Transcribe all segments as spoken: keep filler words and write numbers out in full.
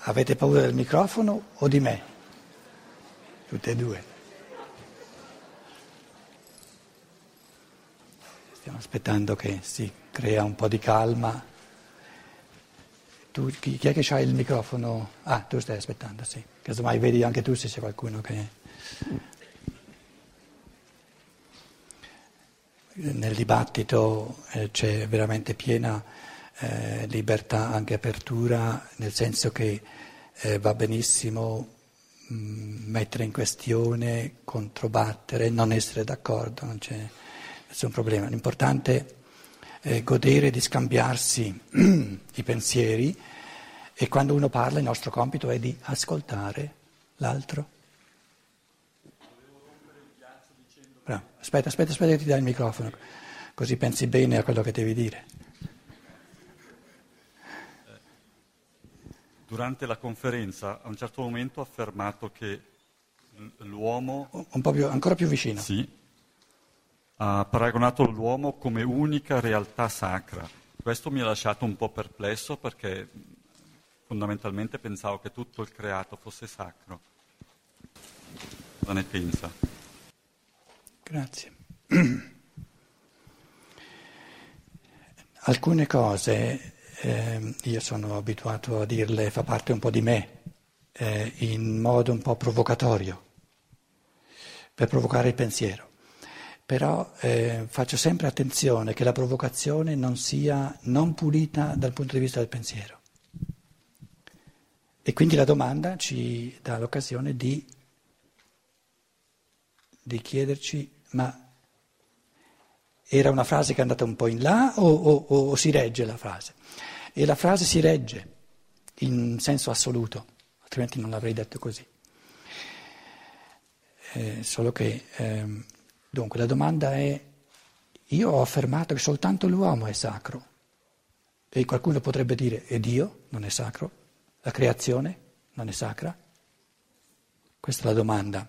Avete paura del microfono o di me? Tutte e due. Stiamo aspettando che si crea un po' di calma. Tu, chi, chi è che c'ha il microfono? Ah, tu stai aspettando, sì. Casomai vedi anche tu se c'è qualcuno che... Nel dibattito eh, c'è veramente piena eh, libertà, anche apertura, nel senso che eh, va benissimo mh, mettere in questione, controbattere, non essere d'accordo, non c'è nessun problema. L'importante è godere di scambiarsi i pensieri e quando uno parla il nostro compito è di ascoltare l'altro. Bravo. Aspetta, aspetta, aspetta che ti dai il microfono, così pensi bene a quello che devi dire. Durante la conferenza a un certo momento ha affermato che l'uomo... Un po' più, ancora più vicino. Sì, ha paragonato l'uomo come unica realtà sacra. Questo mi ha lasciato un po' perplesso perché fondamentalmente pensavo che tutto il creato fosse sacro. Cosa ne pensa? Grazie. Alcune cose eh, io sono abituato a dirle, fa parte un po' di me, eh, in modo un po' provocatorio, per provocare il pensiero. Però eh, faccio sempre attenzione che la provocazione non sia non pulita dal punto di vista del pensiero. E quindi la domanda ci dà l'occasione di, di chiederci, ma era una frase che è andata un po' in là o, o, o si regge la frase? E la frase si regge in senso assoluto, altrimenti non l'avrei detto così. Eh, solo che, ehm, dunque, la domanda è, io ho affermato che soltanto l'uomo è sacro, e qualcuno potrebbe dire, e Dio non è sacro? La creazione non è sacra? Questa è la domanda.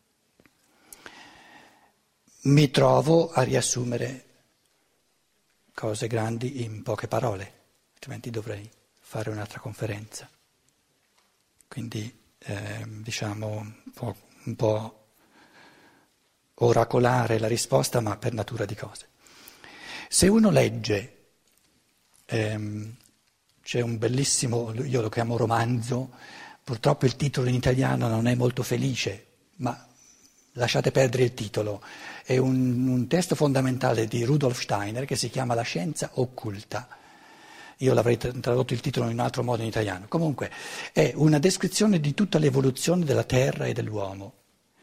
Mi trovo a riassumere cose grandi in poche parole, altrimenti dovrei fare un'altra conferenza. Quindi, eh, diciamo, un po', un po' oracolare la risposta, ma per natura di cose. Se uno legge, ehm, c'è un bellissimo, io lo chiamo romanzo, purtroppo il titolo in italiano non è molto felice, ma lasciate perdere il titolo, è un, un testo fondamentale di Rudolf Steiner che si chiama La scienza occulta. Io l'avrei tradotto il titolo in un altro modo in italiano. Comunque è una descrizione di tutta l'evoluzione della Terra e dell'uomo.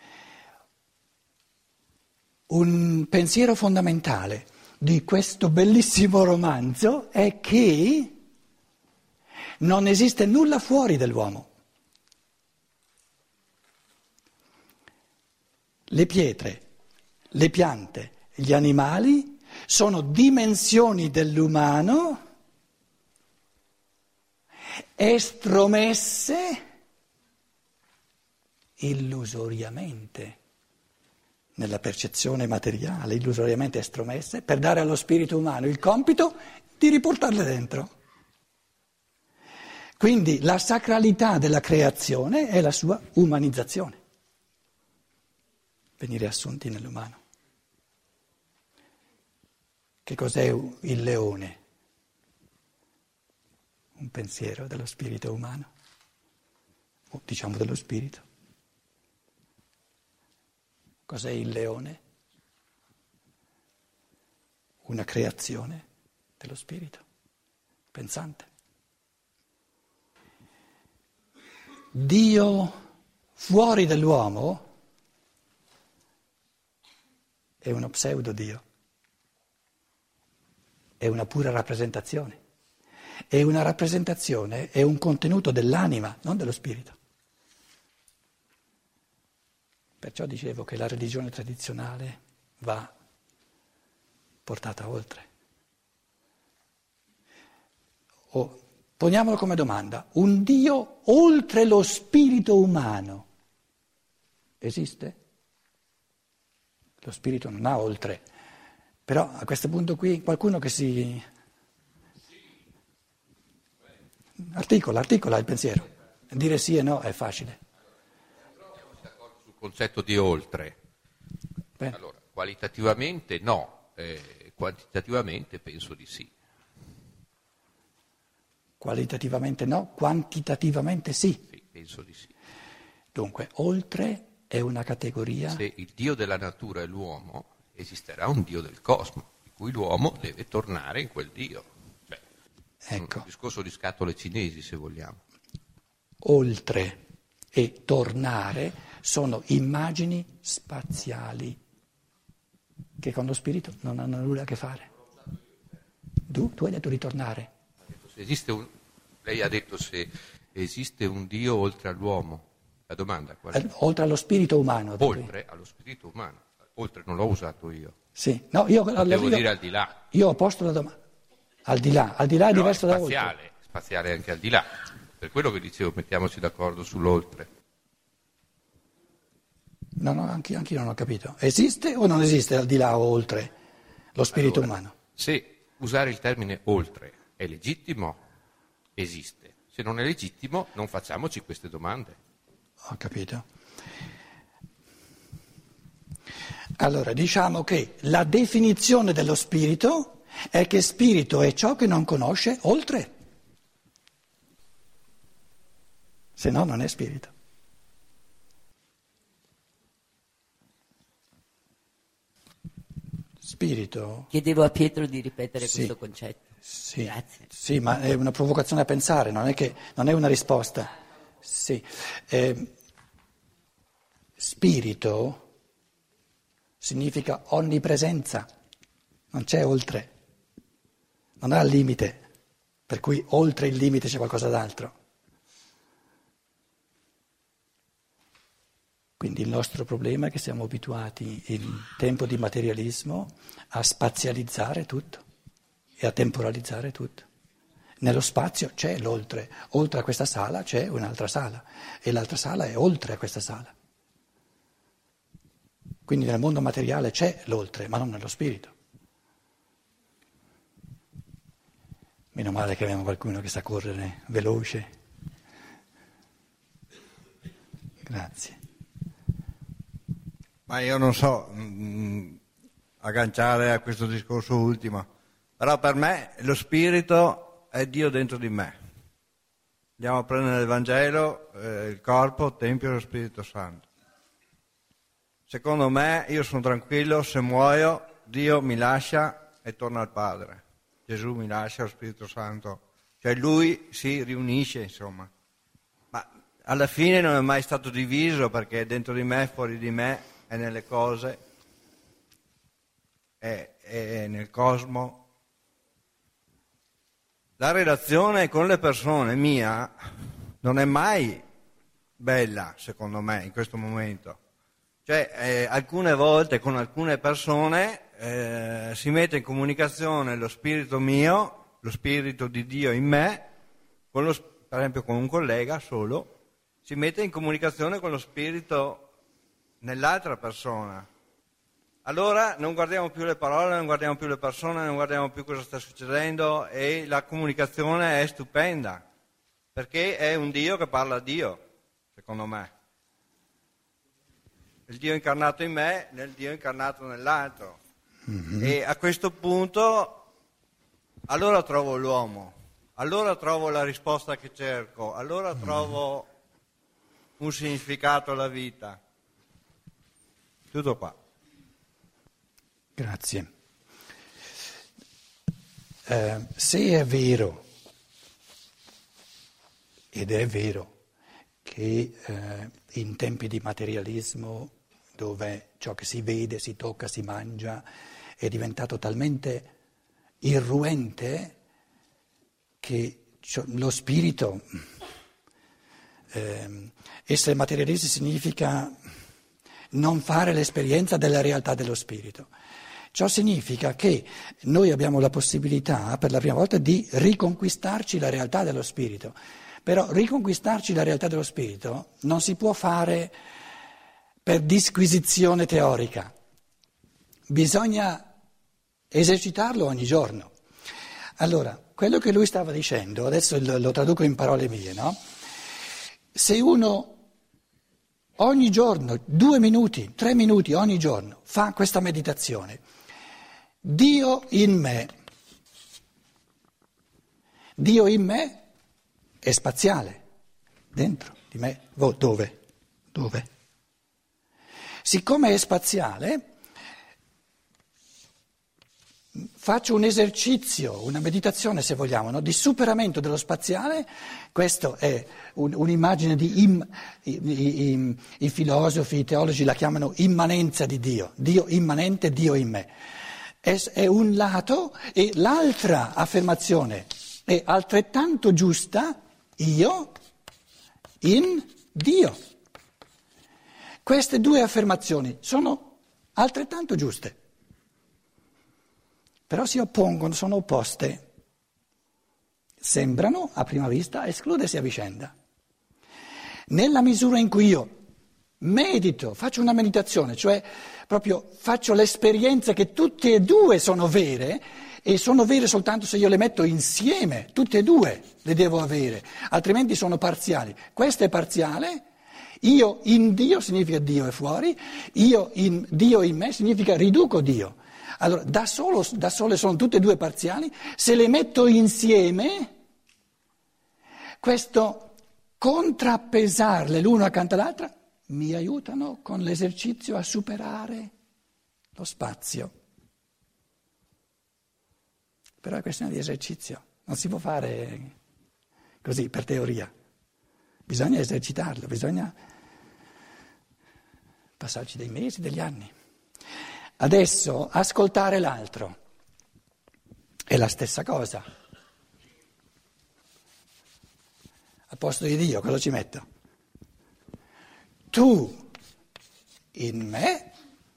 Un pensiero fondamentale di questo bellissimo romanzo è che non esiste nulla fuori dell'uomo. Le pietre, le piante, gli animali sono dimensioni dell'umano estromesse illusoriamente nella percezione materiale, illusoriamente estromesse, per dare allo spirito umano il compito di riportarle dentro. Quindi la sacralità della creazione è la sua umanizzazione. Venire assunti nell'umano. Che cos'è il leone? Un pensiero dello spirito umano, o diciamo dello spirito. Cos'è il leone? Una creazione dello spirito, pensante. Dio fuori dell'uomo è uno pseudo-Dio, è una pura rappresentazione, è una rappresentazione, è un contenuto dell'anima, non dello spirito. Perciò dicevo che la religione tradizionale va portata oltre. O, poniamolo come domanda, un Dio oltre lo spirito umano esiste? Lo spirito non ha oltre, però a questo punto qui qualcuno che si articola, articola il pensiero. Dire sì e no è facile. Siamo d'accordo sul concetto di oltre. Bene. Allora, qualitativamente no, eh, quantitativamente penso di sì. Qualitativamente no, quantitativamente sì. Sì, penso di sì. Dunque, oltre è una categoria... Se il Dio della natura è l'uomo, esisterà un Dio del cosmo, di cui l'uomo deve tornare in quel Dio. Cioè, Ecco. un discorso di scatole cinesi, se vogliamo. Oltre e tornare sono immagini spaziali che con lo spirito non hanno nulla a che fare. Tu, tu hai detto ritornare. Se esiste un, lei ha detto se esiste un Dio oltre all'uomo. La domanda qual è? Oltre allo spirito umano. Oltre allo spirito umano. Oltre non l'ho usato io. Sì, no, io, Devo io, dire al di là. Io ho posto la domanda. Al di là, al di là è Però diverso è da oltre. spaziale, spaziale anche al di là. Per quello che dicevo, mettiamoci d'accordo sull'oltre. No, no, anche io non ho capito. Esiste o non esiste al di là o oltre lo spirito Allora, umano? se usare il termine oltre è legittimo, esiste. Se non è legittimo, non facciamoci queste domande. Ho capito. Allora, diciamo che la definizione dello spirito è che spirito è ciò che non conosce oltre. Se no, non è spirito. Spirito. Chiedevo a Pietro di ripetere Sì, questo concetto. Sì, Grazie. sì, ma è una provocazione a pensare, non è, che, non è una risposta. Sì. Eh, spirito significa onnipresenza, non c'è oltre, non ha limite, per cui oltre il limite c'è qualcosa d'altro. Quindi il nostro problema è che siamo abituati in tempo di materialismo a spazializzare tutto e a temporalizzare tutto. Nello spazio c'è l'oltre, oltre a questa sala c'è un'altra sala e l'altra sala è oltre a questa sala. Quindi nel mondo materiale c'è l'oltre, ma non nello spirito. Meno male che abbiamo qualcuno che sa correre veloce. Grazie. Ma io non so mh, agganciare a questo discorso ultimo, però per me lo spirito è Dio dentro di me. Andiamo a prendere nel Vangelo eh, il corpo, tempio dello Spirito Santo. Secondo me io sono tranquillo, se muoio Dio mi lascia e torna al Padre. Gesù mi lascia, lo Spirito Santo. Cioè lui si riunisce, insomma. Ma alla fine non è mai stato diviso perché dentro di me, fuori di me, è nelle cose, è, è nel cosmo. La relazione con le persone mia non è mai bella, secondo me, in questo momento. Cioè, eh, alcune volte con alcune persone eh, si mette in comunicazione lo spirito mio, lo spirito di Dio in me, con lo, per esempio con un collega solo, si mette in comunicazione con lo spirito nell'altra persona. Allora non guardiamo più le parole, non guardiamo più le persone, non guardiamo più cosa sta succedendo e la comunicazione è stupenda, perché è un Dio che parla a Dio, secondo me. Il Dio incarnato in me, nel Dio incarnato nell'altro. Mm-hmm. E a questo punto allora trovo l'uomo, allora trovo la risposta che cerco, allora trovo un significato alla vita. Tutto qua. Grazie. Eh, se è vero, ed è vero, che eh, in tempi di materialismo, dove ciò che si vede, si tocca, si mangia, è diventato talmente irruente che lo spirito, eh, essere materialisti significa non fare l'esperienza della realtà dello spirito. Ciò significa che noi abbiamo la possibilità per la prima volta di riconquistarci la realtà dello spirito, però riconquistarci la realtà dello spirito non si può fare per disquisizione teorica, bisogna esercitarlo ogni giorno. Allora, quello che lui stava dicendo, adesso lo traduco in parole mie, no? Se uno ogni giorno, due minuti, tre minuti ogni giorno, fa questa meditazione, Dio in me, Dio in me è spaziale, dentro di me, dove? Dove? Siccome è spaziale, faccio un esercizio, una meditazione se vogliamo, no? Di superamento dello spaziale. Questo è un, un'immagine di im, i, i, i, i filosofi, i teologi la chiamano immanenza di Dio, Dio immanente, Dio in me. È, è un lato, e l'altra affermazione è altrettanto giusta, io in Dio. Queste due affermazioni sono altrettanto giuste. Però si oppongono, sono opposte. Sembrano, a prima vista, escludersi a vicenda. Nella misura in cui io medito, faccio una meditazione, cioè proprio faccio l'esperienza che tutte e due sono vere, e sono vere soltanto se io le metto insieme, tutte e due le devo avere, altrimenti sono parziali. Questo è parziale, io in Dio significa Dio è fuori, io in Dio in me significa riduco Dio. Allora, da, solo, da sole sono tutte e due parziali, se le metto insieme, questo contrappesarle l'una accanto all'altra mi aiutano con l'esercizio a superare lo spazio. Però è questione di esercizio, non si può fare così per teoria, bisogna esercitarlo, bisogna passarci dei mesi, degli anni. Adesso ascoltare l'altro è la stessa cosa. Al posto di Dio cosa ci metto? Tu in me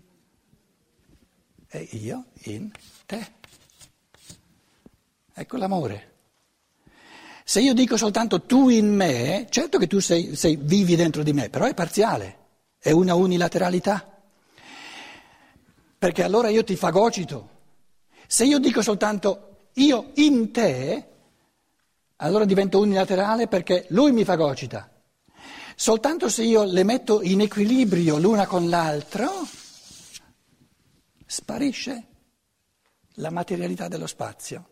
e io in te. Ecco l'amore. Se io dico soltanto tu in me, certo che tu sei, sei, vivi dentro di me, però è parziale, è una unilateralità. Perché allora io ti fagocito. Se io dico soltanto io in te, allora divento unilaterale perché lui mi fagocita. Soltanto se io le metto in equilibrio l'una con l'altro, sparisce la materialità dello spazio.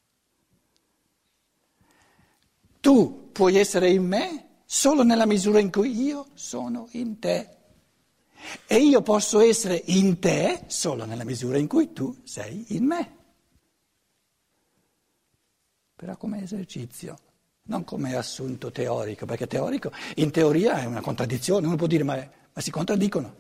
Tu puoi essere in me solo nella misura in cui io sono in te. E io posso essere in te solo nella misura in cui tu sei in me. Però come esercizio, non come assunto teorico, perché teorico, in teoria è una contraddizione, uno può dire ma, ma si contraddicono.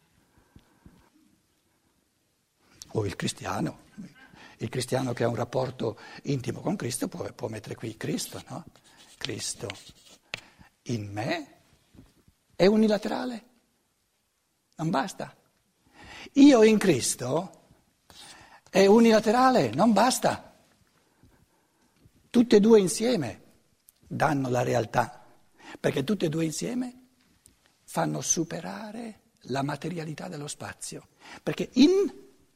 O il cristiano, il cristiano che ha un rapporto intimo con Cristo può, può mettere qui Cristo, no? Cristo in me è unilaterale. Non basta. Io in Cristo è unilaterale, non basta. Tutte e due insieme danno la realtà, perché tutte e due insieme fanno superare la materialità dello spazio. Perché in,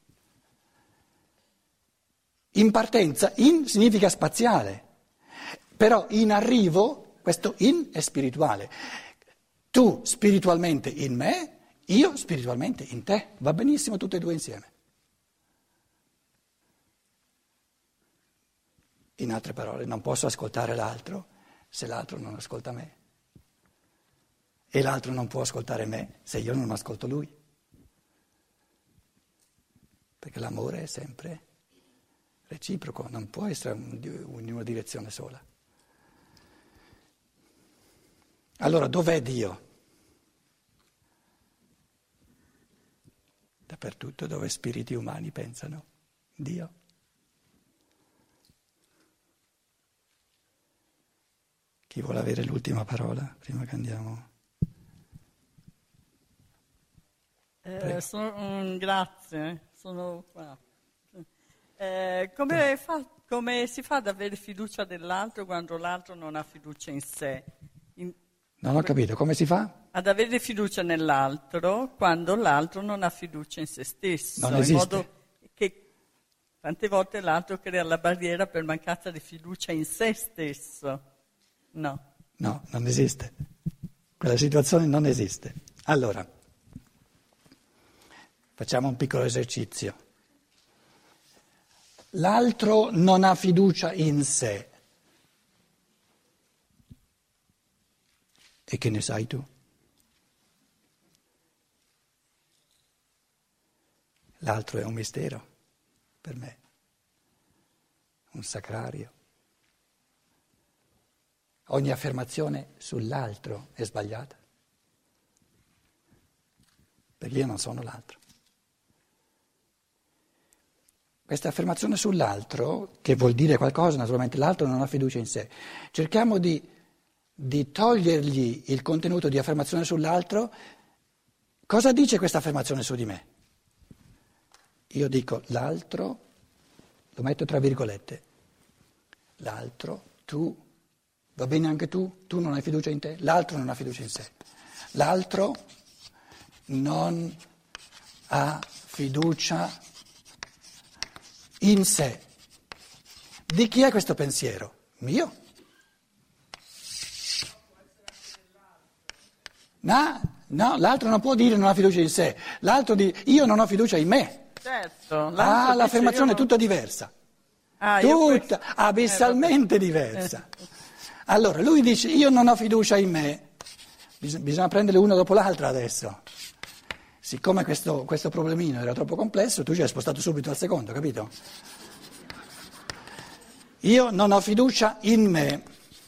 in partenza, in significa spaziale, però in arrivo, questo in è spirituale. Tu spiritualmente in me, io spiritualmente in te, va benissimo tutte e due insieme. In altre parole, non posso ascoltare l'altro se l'altro non ascolta me. E l'altro non può ascoltare me se io non ascolto lui. Perché l'amore è sempre reciproco, non può essere in una direzione sola. Allora, dov'è Dio? Dappertutto dove spiriti umani pensano Dio. Chi vuole avere l'ultima parola prima che andiamo? Eh, sono, um, grazie, sono qua. Eh, come, fa, come si fa ad avere fiducia nell'altro quando l'altro non ha fiducia in sé? In, non ho capito, come si fa? Ad avere fiducia nell'altro quando l'altro non ha fiducia in se stesso. Non esiste. In modo che tante volte l'altro crea la barriera per mancanza di fiducia in se stesso. No. No, non esiste. Quella situazione non esiste. Allora, facciamo un piccolo esercizio. L'altro non ha fiducia in sé. E che ne sai tu? L'altro è un mistero per me, un sacrario. Ogni affermazione sull'altro è sbagliata, perché io non sono l'altro. Questa affermazione sull'altro, che vuol dire qualcosa, naturalmente l'altro non ha fiducia in sé, cerchiamo di, di togliergli il contenuto di affermazione sull'altro. Cosa dice questa affermazione su di me? Io dico l'altro, lo metto tra virgolette, l'altro, tu, va bene anche tu, tu non hai fiducia in te, l'altro non ha fiducia in sé, l'altro non ha fiducia in sé. Di chi è questo pensiero? Mio? No, no, l'altro non può dire non ha fiducia in sé, l'altro dice io non ho fiducia in me. Certo, Ah, l'affermazione è tutta diversa, ah, tutta questo... abissalmente eh, diversa. Allora, lui dice io non ho fiducia in me, bisogna, bisogna prendere uno dopo l'altro adesso. Siccome questo, questo problemino era troppo complesso, tu ci hai spostato subito al secondo, capito? Io non ho fiducia in me,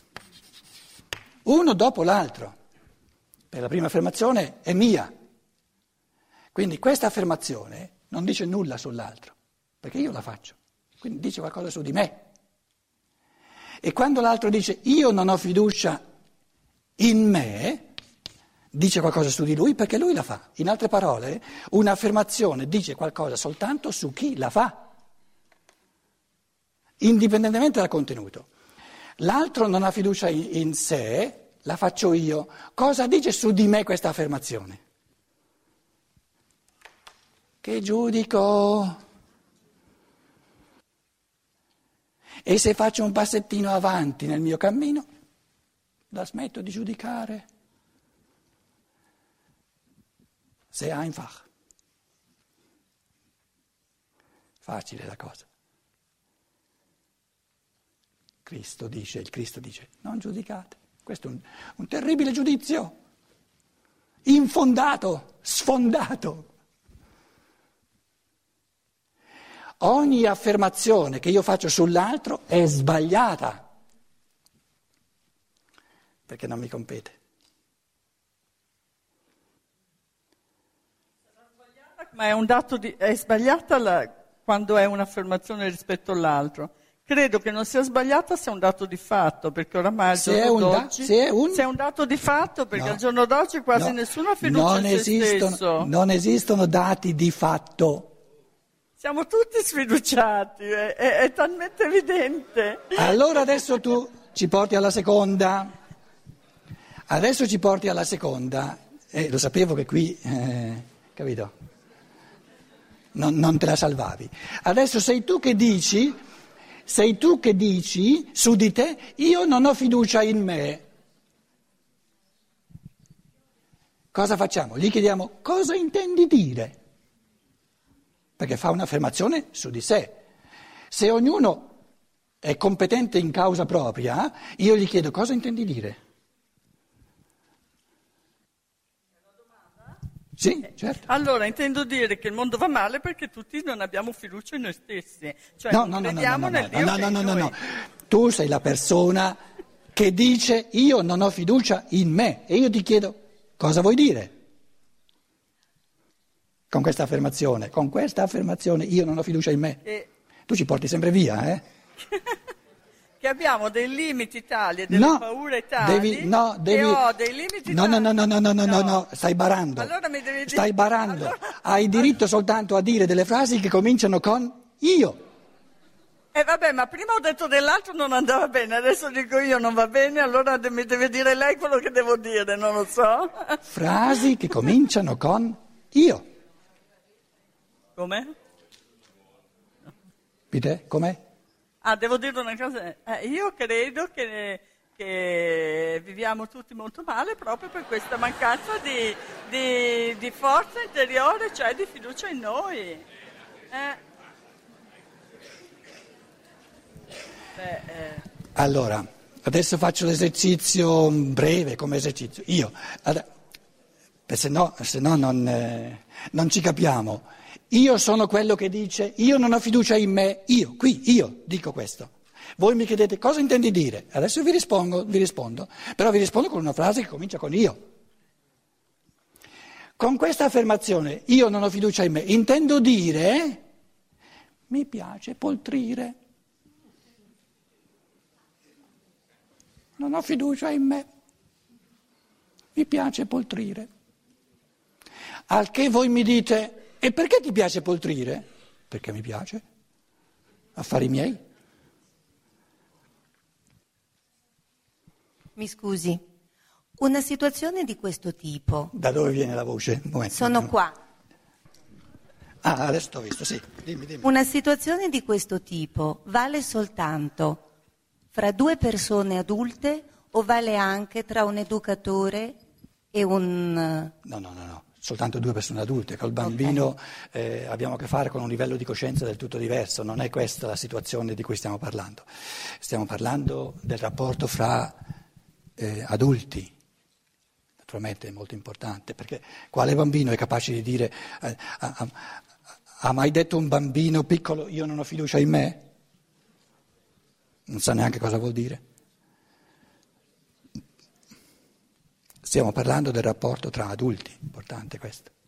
uno dopo l'altro. Per la prima affermazione è mia, quindi questa affermazione non dice nulla sull'altro, perché io la faccio, quindi dice qualcosa su di me. E quando l'altro dice io non ho fiducia in me, dice qualcosa su di lui perché lui la fa. In altre parole, un'affermazione dice qualcosa soltanto su chi la fa, indipendentemente dal contenuto. L'altro non ha fiducia in, in sé, la faccio io. Cosa dice su di me questa affermazione? Che giudico. E se faccio un passettino avanti nel mio cammino, la smetto di giudicare. Sehr einfach. Facile la cosa. Cristo dice, il Cristo dice, non giudicate. Questo è un, un terribile giudizio, infondato, sfondato. Ogni affermazione che io faccio sull'altro è sbagliata, perché non mi compete. Ma è un dato di, è sbagliata la, quando è un'affermazione rispetto all'altro. Credo che non sia sbagliata se è un dato di fatto, perché oramai al se giorno da, d'oggi se, è un... se è un dato di fatto, perché no, al giorno d'oggi quasi no, nessuno ha fiducia non in se esistono, stesso. Non esistono dati di fatto. Siamo tutti sfiduciati, è, è, è talmente evidente. Allora adesso tu ci porti alla seconda, adesso ci porti alla seconda, e eh, lo sapevo che qui, eh, capito, non, non te la salvavi. Adesso sei tu che dici, sei tu che dici su di te, io non ho fiducia in me. Cosa facciamo? Gli chiediamo cosa intendi dire? Perché fa un'affermazione su di sé. Se ognuno è competente in causa propria, io gli chiedo cosa intendi dire? Sì, certo. Allora, intendo dire che il mondo va male perché tutti non abbiamo fiducia in noi stessi. Cioè, no, non no, crediamo no, no, nel no, Dio no, che no, è no, in no, noi. no. Tu sei la persona che dice io non ho fiducia in me e io ti chiedo cosa vuoi dire? Con questa affermazione, con questa affermazione io non ho fiducia in me. E... Tu ci porti sempre via, eh? Che abbiamo dei limiti tali e delle no, paure tali devi, no, devi, e ho dei limiti no, tali. No, no, no, no, no, no, no, no, stai barando. Allora mi devi dire... Stai barando. Allora... Hai diritto soltanto a dire delle frasi che cominciano con io. E eh vabbè, ma prima ho detto dell'altro non andava bene, adesso dico io non va bene, allora mi deve dire lei quello che devo dire, non lo so. Frasi che cominciano con io. Come? Vite? Com'è? Ah, devo dire una cosa. Eh, io credo che che viviamo tutti molto male proprio per questa mancanza di, di, di forza interiore, cioè di fiducia in noi. Eh. Beh, eh. Allora, adesso faccio l'esercizio breve come esercizio. Io, allora, se no, se no non, eh, non ci capiamo. Io sono quello che dice, io non ho fiducia in me, io, qui, io dico questo. Voi mi chiedete cosa intendi dire? Adesso vi rispondo, vi rispondo, però vi rispondo con una frase che comincia con io. Con questa affermazione, io non ho fiducia in me, intendo dire, mi piace poltrire. Non ho fiducia in me, mi piace poltrire. Al che voi mi dite, e perché ti piace poltrire? Perché mi piace, affari miei. Mi scusi, una situazione di questo tipo. Da dove viene la voce? Un momento. Sono qua. Ah, adesso t'ho visto, sì, dimmi, dimmi. Una situazione di questo tipo vale soltanto fra due persone adulte o vale anche tra un educatore e un... No, no, no, no. Soltanto due persone adulte, col bambino okay. eh, abbiamo a che fare con un livello di coscienza del tutto diverso, non è questa la situazione di cui stiamo parlando. Stiamo parlando del rapporto fra eh, adulti, naturalmente è molto importante, perché quale bambino è capace di dire, eh, ha, ha, ha mai detto un bambino piccolo io non ho fiducia in me? Non sa neanche cosa vuol dire. Stiamo parlando del rapporto tra adulti, importante questo.